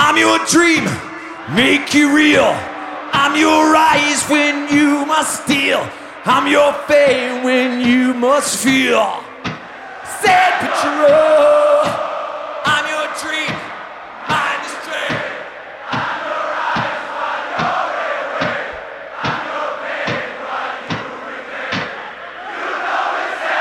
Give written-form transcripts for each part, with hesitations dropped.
I'm your dream, make you real. I'm your eyes when you must steal. I'm your fame when you must feel. Sad picture of, I'm your dream, mind is straight. I'm your eyes when you're away. I'm your pain when you remain. You know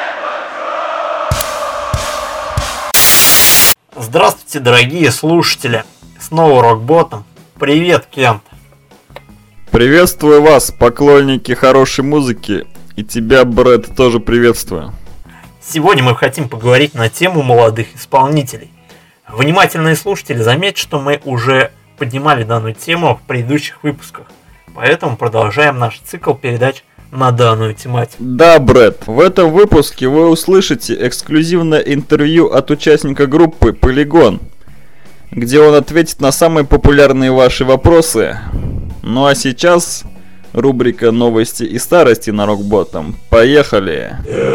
it's sad but true. Здравствуйте, дорогие слушатели! Снова Рокботом. Привет, Кент! Приветствую вас, поклонники хорошей музыки, и тебя, Брэд, тоже приветствую. Сегодня мы хотим поговорить на тему молодых исполнителей. Внимательные слушатели заметят, что мы уже поднимали данную тему в предыдущих выпусках, поэтому продолжаем наш цикл передач на данную тематику. Да, Брэд, в этом выпуске вы услышите эксклюзивное интервью от участника группы Polygon, где он ответит на самые популярные ваши вопросы. Ну а сейчас рубрика «Новости и старости» на Рокботом. Поехали!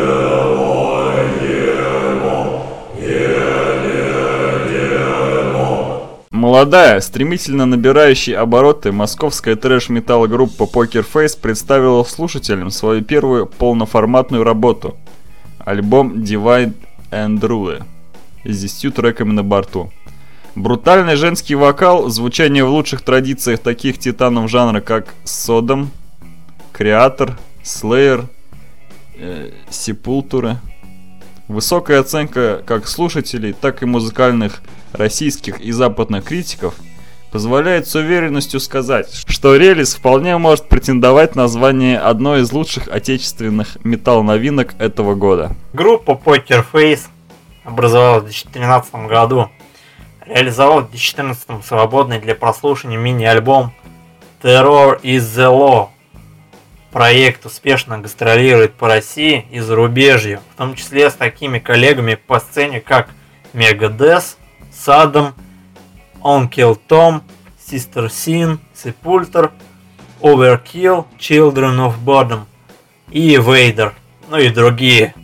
Молодая, стремительно набирающая обороты московская трэш-метал группа Poker Face представила слушателям свою первую полноформатную работу – альбом Divide and Rule с 10 треками на борту. Брутальный женский вокал, звучание в лучших традициях таких титанов жанра, как Sodom, Creator, Slayer, Sepultura. Высокая оценка как слушателей, так и музыкальных российских и западных критиков позволяет с уверенностью сказать, что релиз вполне может претендовать на звание одной из лучших отечественных метал-новинок этого года. Группа Poker Face образовалась в 2013 году. Реализовал в 2014 свободный для прослушивания мини-альбом Terror is the Law. Проект успешно гастролирует по России и зарубежью, в том числе с такими коллегами по сцене, как Megadeth, Sodom, Uncle Tom, Sister Sin, Sepultura, Overkill, Children of Bodom и Vader, ну и другие.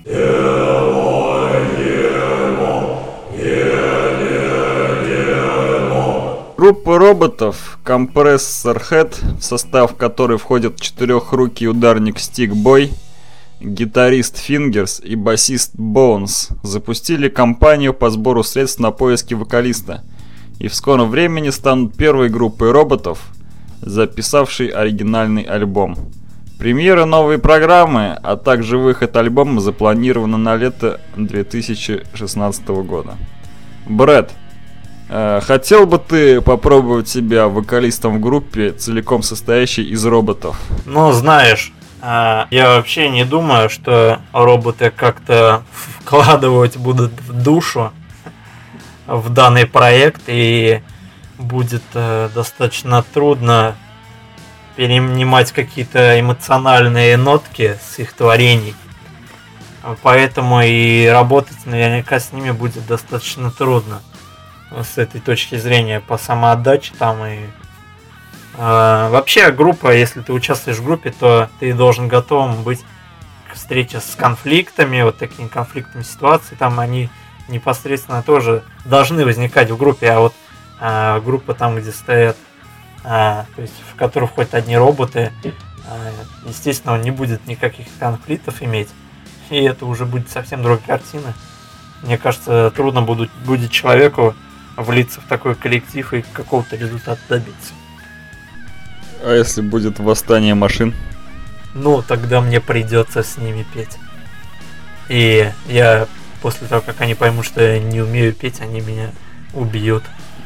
Группа роботов Compressor Head, в состав которой входят четырехрукий ударник Stick Boy, гитарист Fingers и басист Bones, запустили кампанию по сбору средств на поиски вокалиста и в скором времени станут первой группой роботов, записавшей оригинальный альбом. Премьера новой программы, а также выход альбома запланированы на лето 2016 года. Брэд, хотел бы ты попробовать себя вокалистом в группе, целиком состоящей из роботов? Ну, знаешь, я вообще не думаю, что роботы как-то вкладывать будут в душу в данный проект, и будет достаточно трудно перенимать какие-то эмоциональные нотки с их творений. Поэтому и работать наверняка с ними будет достаточно трудно. С этой точки зрения по самоотдаче там и вообще группа, если ты участвуешь в группе, то ты должен готовым быть к встрече с конфликтами, вот такими конфликтными ситуациями, там они непосредственно тоже должны возникать в группе, а вот группа там, где стоят, то есть в которую входят одни роботы, естественно, он не будет никаких конфликтов иметь, и это уже будет совсем другая картина. Мне кажется, трудно будет человеку влиться в такой коллектив и какого-то результата добиться. А если будет восстание машин? Ну, тогда мне придется с ними петь. И я после того, как они поймут, что я не умею петь, они меня убьют.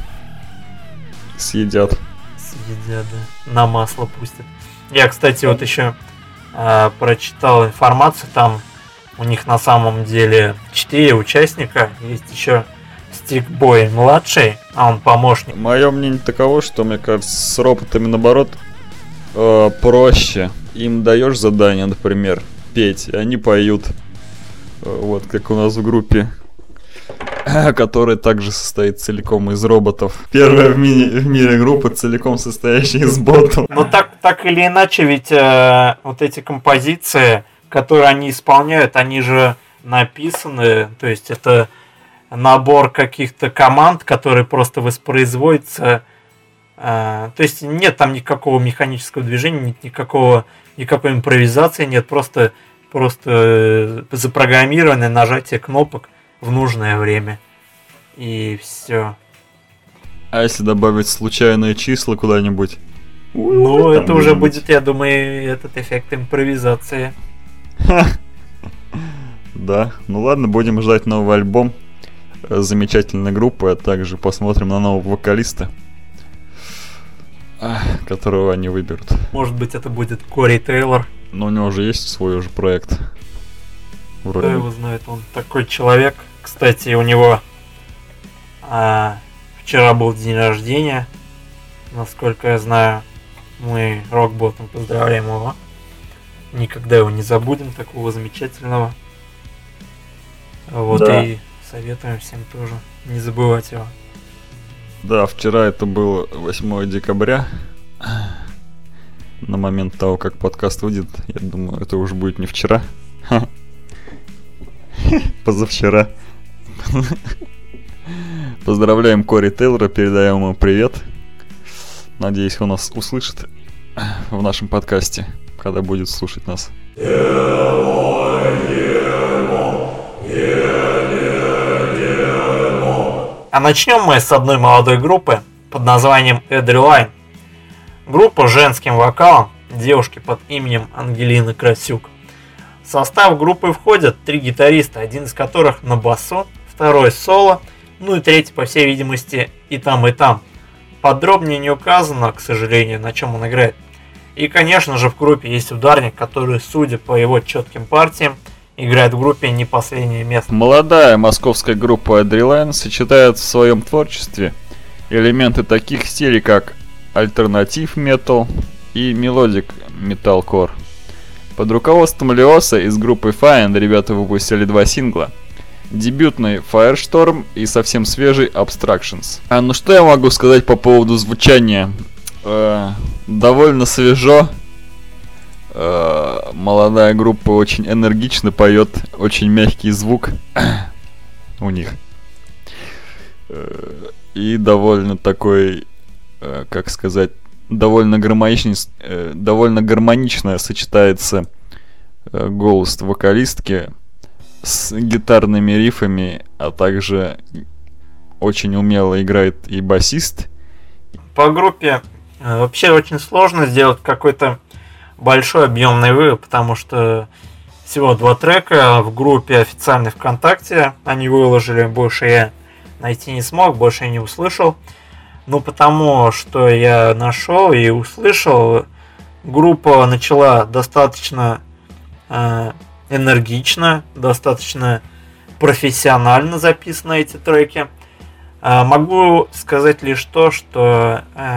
Съедят. Съедят, да. На масло пустят. Я, кстати, вот еще прочитал информацию, там у них на самом деле 4 участника, есть еще Stick Boy младший, а он помощник. Мое мнение таково, что, мне кажется, с роботами наоборот проще. Им даешь задание, например, петь, и они поют. Вот как у нас в группе, которая также состоит целиком из роботов. Первая в мире группа, целиком состоящая из ботов. Ну так или иначе, ведь вот эти композиции, которые они исполняют, они же написаны, то есть это набор каких-то команд, которые просто воспроизводятся То есть нет там никакого механического движения, нет никакой импровизации, нет, просто запрограммированное нажатие кнопок в нужное время. И все. А если добавить случайные числа куда-нибудь? Ну, это уже будет, я думаю, этот эффект импровизации. Да, ну ладно, будем ждать новый альбом замечательной группы, а также посмотрим на нового вокалиста, которого они выберут. Может быть, это будет Кори Тейлор. Но у него уже есть свой уже проект. Кто его знает, он такой человек. Кстати, у него вчера был день рождения. Насколько я знаю, мы Рокботом поздравляем его. Никогда его не забудем, такого замечательного. Вот, да. И советуем всем тоже не забывать его. Да, вчера это было 8 декабря. На момент того, как подкаст выйдет, я думаю, это уже будет не вчера. Позавчера. Поздравляем Кори Тейлора, передаем ему привет. Надеюсь, он нас услышит в нашем подкасте, когда будет слушать нас. А начнем мы с одной молодой группы под названием Эдриline. Группа с женским вокалом, девушки под именем Ангелины Красюк. В состав группы входят 3 гитариста, один из которых на басу, второй соло, ну и третий, по всей видимости, и там, и там. Подробнее не указано, к сожалению, на чем он играет. И, конечно же, в группе есть ударник, который, судя по его четким партиям, играет в группе не последнее место. Молодая московская группа Эдриline сочетает в своем творчестве элементы таких стилей, как альтернатив метал и мелодик металкор. Под руководством Леоса из группы Fine ребята выпустили 2 сингла. Дебютный Firestorm и совсем свежий Abstractions. Ну что я могу сказать по поводу звучания? Довольно свежо. Молодая группа очень энергично поет, очень мягкий звук у них. И довольно такой, как сказать, довольно гармонично сочетается голос вокалистки с гитарными рифами, а также очень умело играет и басист. По группе вообще очень сложно сделать какой-то большой объемный вывод, потому что всего 2 трека в группе официальной ВКонтакте они выложили, больше я найти не смог, больше я не услышал. Но потому что я нашел и услышал, группа начала достаточно энергично, достаточно профессионально записаны эти треки. Могу сказать лишь то, что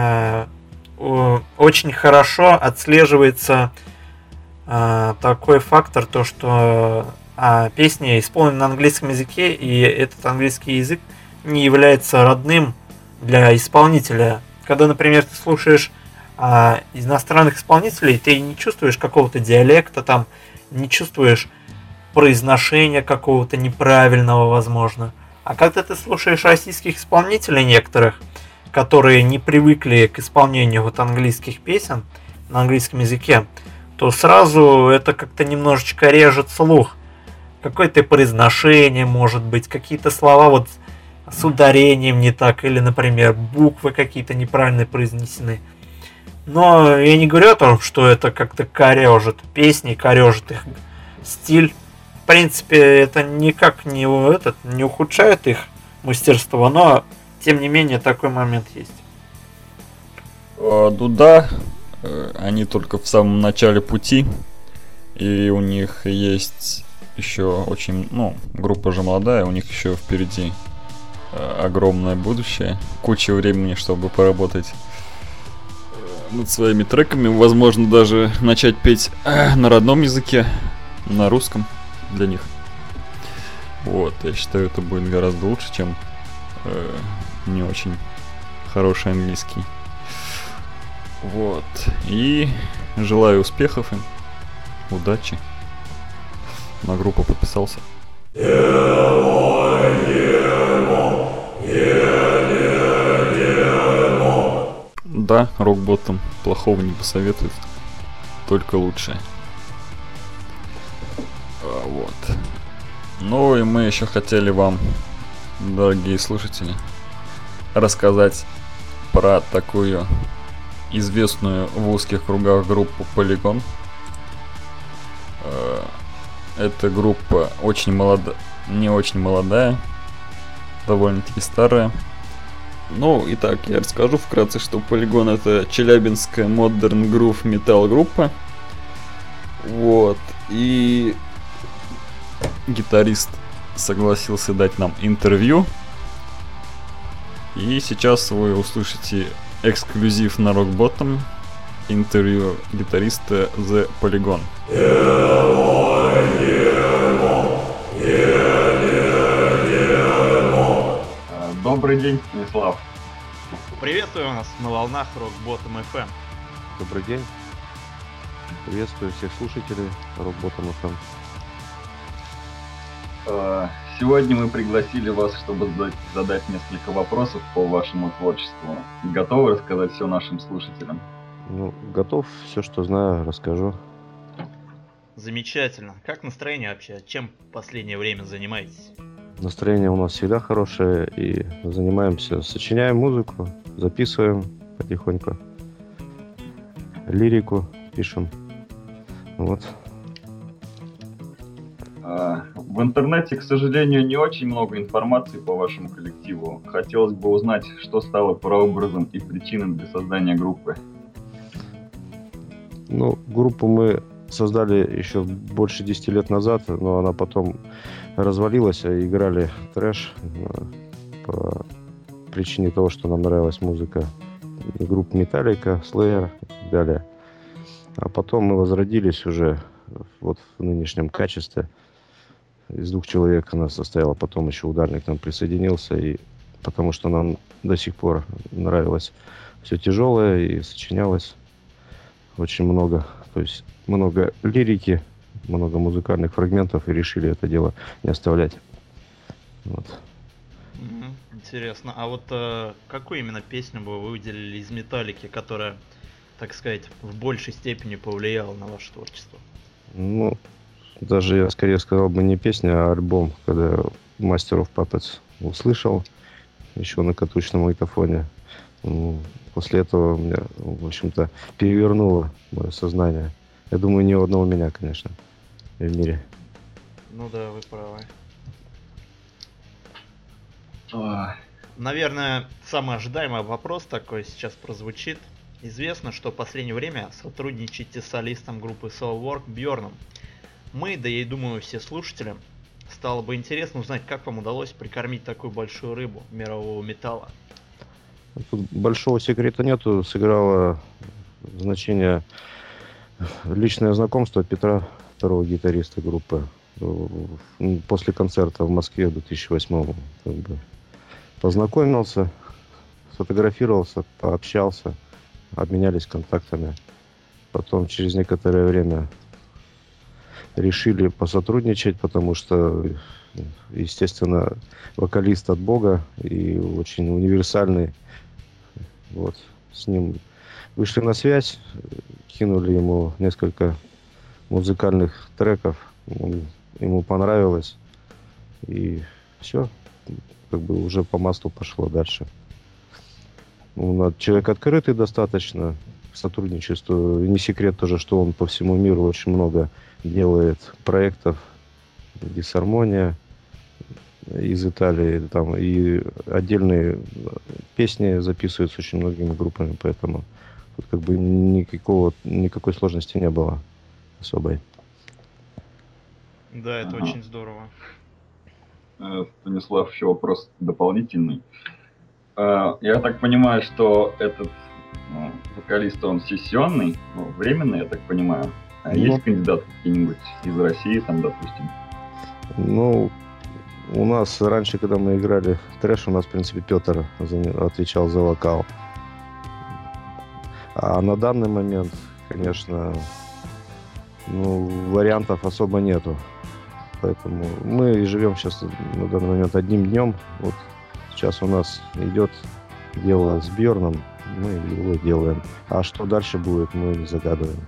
очень хорошо отслеживается такой фактор, то что песни исполнены на английском языке, и этот английский язык не является родным для исполнителя. Когда, например, ты слушаешь иностранных исполнителей, ты не чувствуешь какого-то диалекта, там, не чувствуешь произношения какого-то неправильного, возможно. А когда ты слушаешь российских исполнителей некоторых, которые не привыкли к исполнению вот английских песен на английском языке, то сразу это как-то немножечко режет слух. Какое-то произношение, может быть, какие-то слова вот с ударением не так, или, например, буквы какие-то неправильно произнесены. Но я не говорю о том, что это как-то корежит песни, корежит их стиль. В принципе, это никак не ухудшает их мастерство, но тем не менее такой момент есть. Ну да, они только в самом начале пути, и у них есть еще очень, группа же молодая, у них еще впереди огромное будущее, куча времени, чтобы поработать над своими треками, возможно, даже начать петь на родном языке, на русском для них. Вот, я считаю, это будет гораздо лучше, чем не очень хороший английский. Вот, и желаю успехов им, удачи. На группу подписался. Да, Рок-Ботом плохого не посоветует, только лучшее. Вот. Ну и мы еще хотели вам, дорогие слушатели, рассказать про такую известную в узких кругах группу Polygon. Эта группа очень не очень молодая, довольно-таки старая. Ну, итак, я расскажу вкратце, что Polygon — это челябинская Modern Groove Metal группа. Вот, и гитарист согласился дать нам интервью. И сейчас вы услышите эксклюзив на Rock Bottom, интервью гитариста The Polygon. Добрый день, Станислав. Приветствую вас на волнах Rock Bottom FM. Добрый день. Приветствую всех слушателей Rock Bottom FM. Сегодня мы пригласили вас, чтобы задать несколько вопросов по вашему творчеству. Готовы рассказать все нашим слушателям? Ну, готов, все, что знаю, расскажу. Замечательно. Как настроение вообще? Чем в последнее время занимаетесь? Настроение у нас всегда хорошее, и занимаемся, сочиняем музыку, записываем потихоньку, лирику пишем. Вот. В интернете, к сожалению, не очень много информации по вашему коллективу. Хотелось бы узнать, что стало прообразом и причиной для создания группы. Ну, группу мы создали еще больше 10 лет назад, но она потом развалилась, а играли трэш по причине того, что нам нравилась музыка групп Metallica, Slayer и так далее. А потом мы возродились уже вот в нынешнем качестве. Из 2 человек она состояла, потом еще ударник к нам присоединился, и потому что нам до сих пор нравилось все тяжелое и сочинялось очень много. То есть много лирики, много музыкальных фрагментов, и решили это дело не оставлять. Вот. Интересно. А вот какую именно песню бы вы выделили из Металлики, которая, так сказать, в большей степени повлияла на ваше творчество? Ну, даже я скорее сказал бы не песня, а альбом, когда Master of Puppets услышал еще на катушечном магнитофоне. После этого меня, в общем-то, перевернуло мое сознание. Я думаю, не у одного меня, конечно, в мире. Ну да, вы правы. Наверное, самый ожидаемый вопрос такой сейчас прозвучит. Известно, что в последнее время сотрудничаете с солистом группы Soulwork Бьорном. Мы, да и думаю, все слушатели, стало бы интересно узнать, как вам удалось прикормить такую большую рыбу мирового металла. Тут большого секрета нету. Сыграло значение личное знакомство Петра, второго гитариста группы. После концерта в Москве в 2008 как бы познакомился, сфотографировался, пообщался, обменялись контактами. Потом через некоторое время решили посотрудничать, потому что, естественно, вокалист от Бога и очень универсальный. Вот. С ним вышли на связь, кинули ему несколько музыкальных треков, ему понравилось, и все, как бы уже по маслу пошло дальше. Человек открытый достаточно к сотрудничеству. Не секрет тоже, что он по всему миру очень много делает проектов. Дисгармония из Италии, там и отдельные песни записываются очень многими группами, поэтому тут как бы никакой сложности не было особой. Да, это очень здорово. Станислав, еще вопрос дополнительный. Я так понимаю, что этот вокалист, он сессионный, временный, я так понимаю. А есть кандидаты какие-нибудь из России, там, допустим? Ну, у нас раньше, когда мы играли в трэш, у нас, в принципе, Петр отвечал за вокал. А на данный момент, конечно, вариантов особо нету. Поэтому мы живем сейчас на данный момент одним днем. Вот сейчас у нас идет дело с Бьорном, мы его делаем. А что дальше будет, мы не загадываем.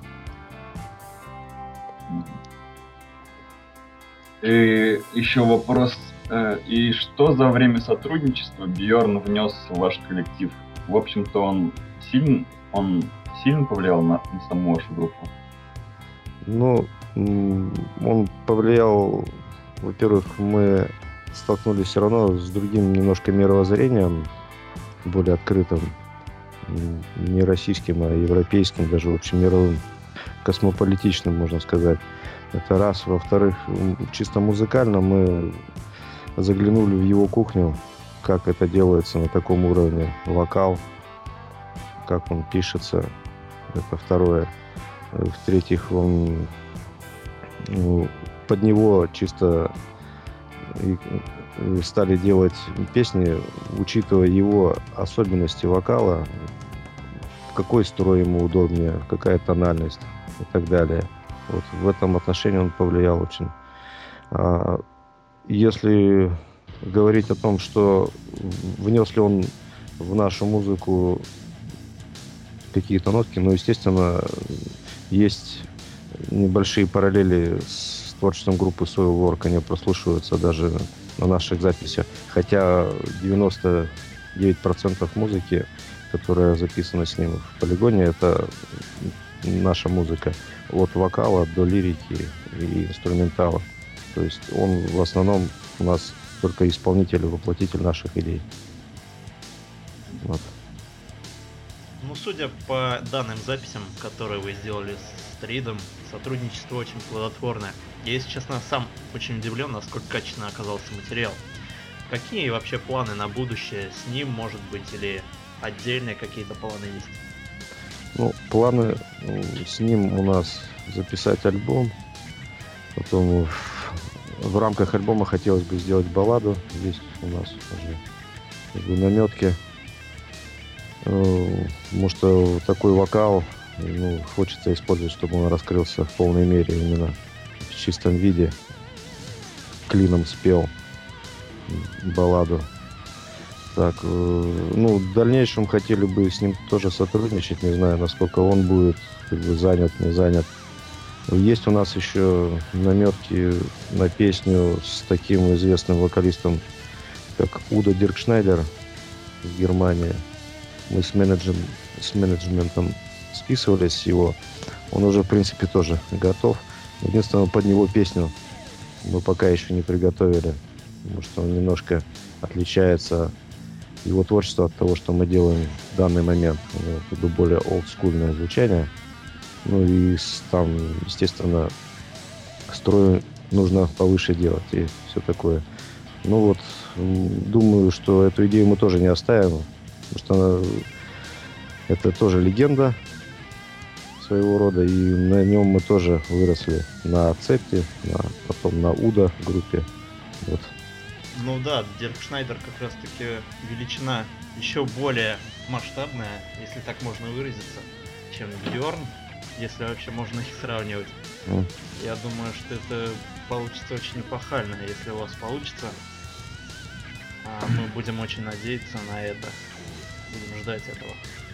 И еще вопрос. И что за время сотрудничества Бьорн внес в ваш коллектив? В общем-то, он сильно повлиял на саму вашу группу? Ну, он повлиял, во-первых, мы столкнулись все равно с другим немножко мировоззрением, более открытым, не российским, а европейским, даже общемировым, космополитичным, можно сказать. Это раз. Во-вторых, чисто музыкально мы заглянули в его кухню, как это делается на таком уровне, вокал, как он пишется. Это второе. В-третьих, под него чисто стали делать песни, учитывая его особенности вокала, в какой строй ему удобнее, какая тональность и так далее. Вот в этом отношении он повлиял очень. Если говорить о том, что внес ли он в нашу музыку какие-то нотки, ну, естественно, есть небольшие параллели с творчеством группы Soilwork, они прослушиваются даже на наших записях. Хотя 99% музыки, которая записана с ним в полигоне, это наша музыка. От вокала до лирики и инструментала. То есть он в основном у нас только исполнитель и воплотитель наших идей. Вот. Ну, судя по данным записям, которые вы сделали с Тридом, сотрудничество очень плодотворное. Я, если честно, сам очень удивлен, насколько качественно оказался материал. Какие вообще планы на будущее с ним, может быть, или отдельные какие-то планы есть? Ну, планы с ним у нас записать альбом. Потом в рамках альбома хотелось бы сделать балладу. Есть у нас уже наметки. Потому что такой вокал хочется использовать, чтобы он раскрылся в полной мере, именно в чистом виде. Клином спел балладу. Так, в дальнейшем хотели бы с ним тоже сотрудничать. Не знаю, насколько он будет занят, не занят. Есть у нас еще наметки на песню с таким известным вокалистом, как Удо Диркшнайдер из Германии. Мы с менеджментом списывались с его. Он уже, в принципе, тоже готов. Единственное, под него песню мы пока еще не приготовили, потому что он немножко отличается, его творчество, от того, что мы делаем в данный момент. Это более олдскульное звучание. Ну и там, естественно, строй нужно повыше делать и все такое. Ну вот, думаю, что эту идею мы тоже не оставим, потому что это тоже легенда своего рода, и на нем мы тоже выросли на Цепте, потом на Удо группе. Вот. Ну да, Диркшнайдер как раз таки величина еще более масштабная, если так можно выразиться, чем Бьорн, если вообще можно их сравнивать. Я думаю, что это получится очень эпохально, если у вас получится. Мы будем очень надеяться на это. Будем ждать этого.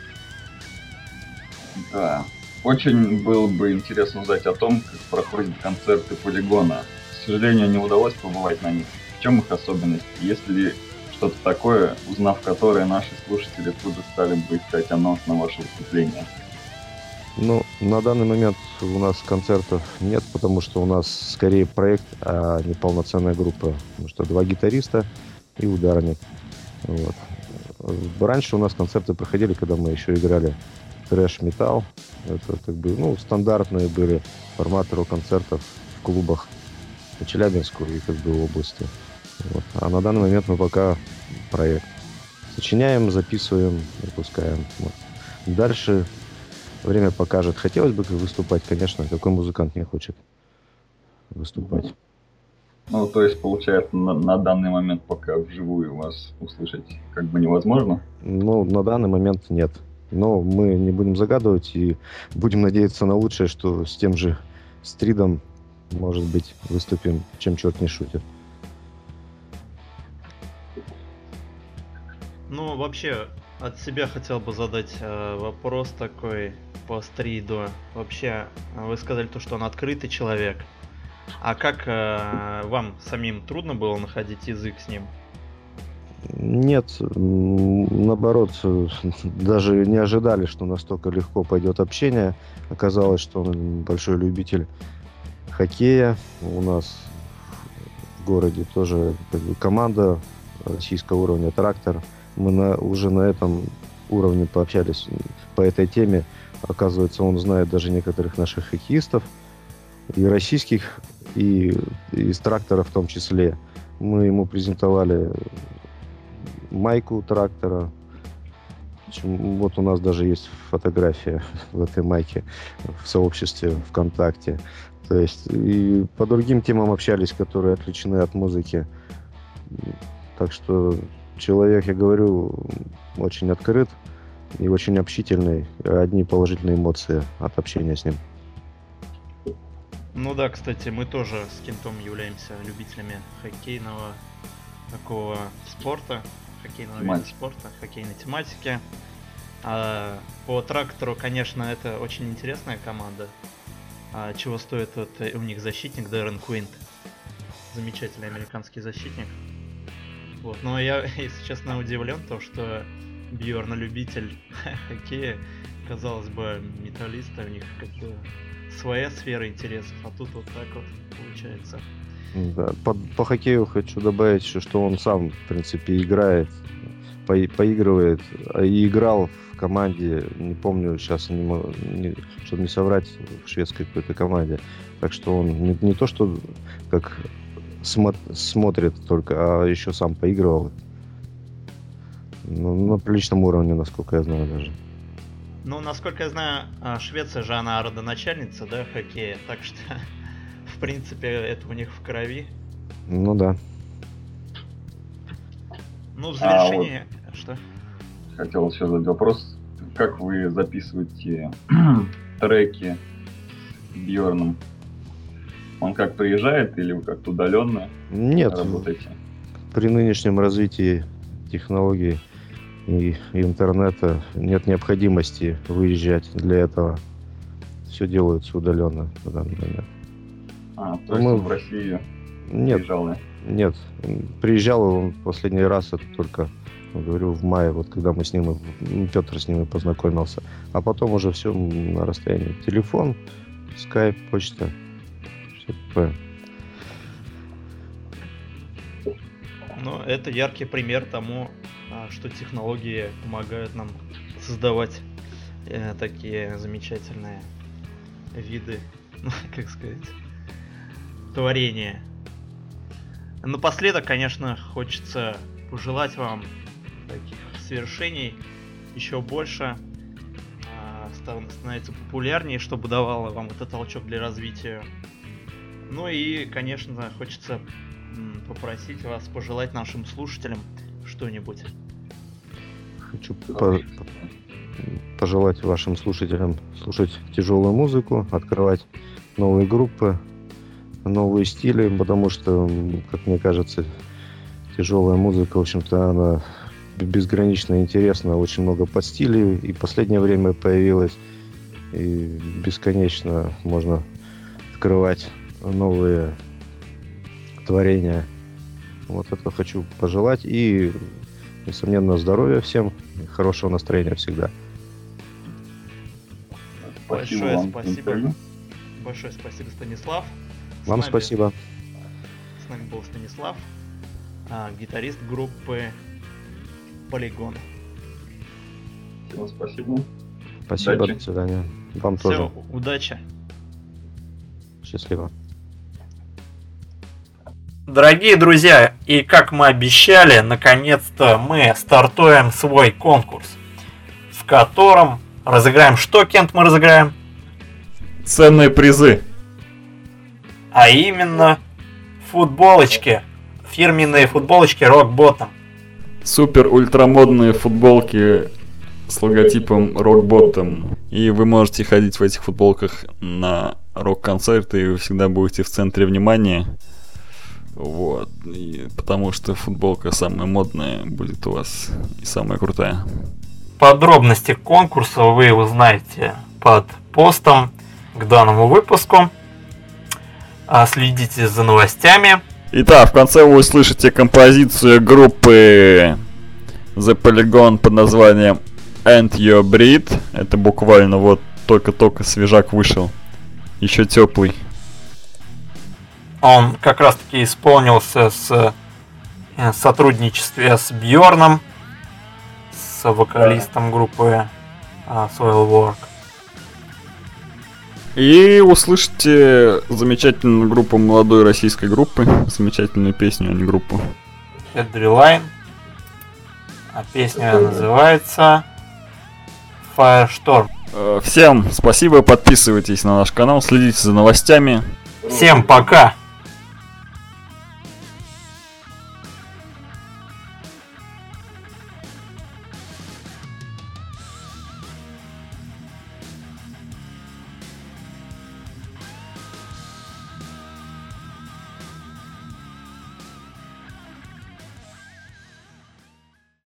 Да. Очень было бы интересно узнать о том, как проходят концерты Полигона. К сожалению, не удалось побывать на них. В чем их особенность? Есть ли что-то такое, узнав которое наши слушатели тут же стали бы искать анонс на ваше выступление? Ну, на данный момент у нас концертов нет, потому что у нас скорее проект, а не полноценная группа. Потому что 2 гитариста и ударник. Вот. Раньше у нас концерты проходили, когда мы еще играли трэш-металл. Это как бы, стандартные были форматы рок-концертов в клубах по Челябинску и как бы области. Вот. А на данный момент мы пока проект. Сочиняем, записываем, выпускаем. Вот. Дальше время покажет. Хотелось бы выступать, конечно. Какой музыкант не хочет выступать? Ну, то есть, получается, на данный момент пока вживую вас услышать как бы невозможно? Ну, на данный момент нет. Но мы не будем загадывать и будем надеяться на лучшее, что с тем же Стридом, может быть, выступим, чем черт не шутит. Ну, вообще, От себя хотел бы задать вопрос такой по стриду. Вообще, вы сказали то, что он открытый человек. А как вам самим трудно было находить язык с ним? Нет, наоборот, даже не ожидали, что настолько легко пойдет общение. Оказалось, что он большой любитель хоккея. У нас в городе тоже команда российского уровня «Трактор». Мы уже на этом уровне пообщались по этой теме. Оказывается, он знает даже некоторых наших хоккеистов, и российских, и из «Трактора» в том числе. Мы ему презентовали майку «Трактора». Вот у нас даже есть фотография в этой майке в сообществе ВКонтакте. То есть и по другим темам общались, которые отличны от музыки. Так что человек, я говорю, очень открыт и очень общительный. Одни положительные эмоции от общения с ним. Ну да, кстати, мы тоже с Кентом являемся любителями хоккейного такого спорта, хоккейного вида спорта, хоккейной тематики. По «Трактору», конечно, это очень интересная команда. Чего стоит вот у них защитник Дэрен Квинт. Замечательный американский защитник. Вот. Но я, если честно, удивлен, то, что Бьорн любитель хоккея. Казалось бы, металлисты, у них как-то своя сфера интересов, а тут вот так вот получается. Да, по хоккею хочу добавить еще, что он сам, в принципе, играет, поигрывает, и играл в команде, не помню сейчас, чтобы не соврать, в шведской какой-то команде. Так что он не то, что как смотрит только, а еще сам поигрывал. На приличном уровне, насколько я знаю даже. Ну, насколько я знаю, Швеция же, она родоначальница, да, хоккея, так что, в принципе, это у них в крови. Ну да. Ну, в завершение... Что? Хотел еще задать вопрос. Как вы записываете треки с Бьорном? Он как приезжает или вы как-то удаленно работаете? При нынешнем развитии технологий и интернета нет необходимости выезжать для этого. Все делается удаленно на данный момент. То есть он в Россию приезжал, да? Нет, приезжал он последний раз, это только, говорю, в мае, вот когда мы с ним, Петр с ним и познакомился. А потом уже все на расстоянии. Телефон, скайп, почта, все такое. Ну, это яркий пример тому, что технологии помогают нам создавать такие замечательные виды, как сказать, творения. Напоследок, конечно, хочется пожелать вам таких свершений еще больше, становиться популярнее, чтобы давало вам этот толчок для развития. Ну и, конечно, хочется попросить вас пожелать нашим слушателям что-нибудь. Хочу пожелать вашим слушателям слушать тяжелую музыку, открывать новые группы, новые стили, потому что, как мне кажется, тяжелая музыка, в общем-то, она безгранично интересна, очень много подстилей, и в последнее время появилось, и бесконечно можно открывать новые творения. Вот это хочу пожелать, и, несомненно, здоровья всем, и хорошего настроения всегда. Большое спасибо. Большое спасибо, Станислав. Вам спасибо. С нами был Станислав, гитарист группы Полигон. Всем спасибо. Спасибо, удачи. До свидания. Вам Все, тоже. удачи. Счастливо. Дорогие друзья, и как мы обещали, наконец-то мы стартуем свой конкурс, в котором разыграем что, Кент, мы разыграем? Ценные призы. А именно футболочки, фирменные футболочки Rock Bottom. Супер ультрамодные футболки с логотипом Rock Bottom. И вы можете ходить в этих футболках на рок-концерты, и вы всегда будете в центре внимания. Вот. И потому что футболка самая модная будет у вас и самая крутая. подробности конкурса вы узнаете под постом к данному выпуску. Следите за новостями. Итак, в конце вы услышите композицию группы The Polygon под названием And Your Breed. Это буквально вот только-только свежак вышел. Еще теплый. Он как раз таки исполнился в сотрудничестве с Бьорном, с вокалистом группы Soilwork. И услышите замечательную группу молодой российской группы, замечательную песню, а не группу. Headline. А песня называется Firestorm. Всем спасибо, подписывайтесь на наш канал, следите за новостями. Всем пока!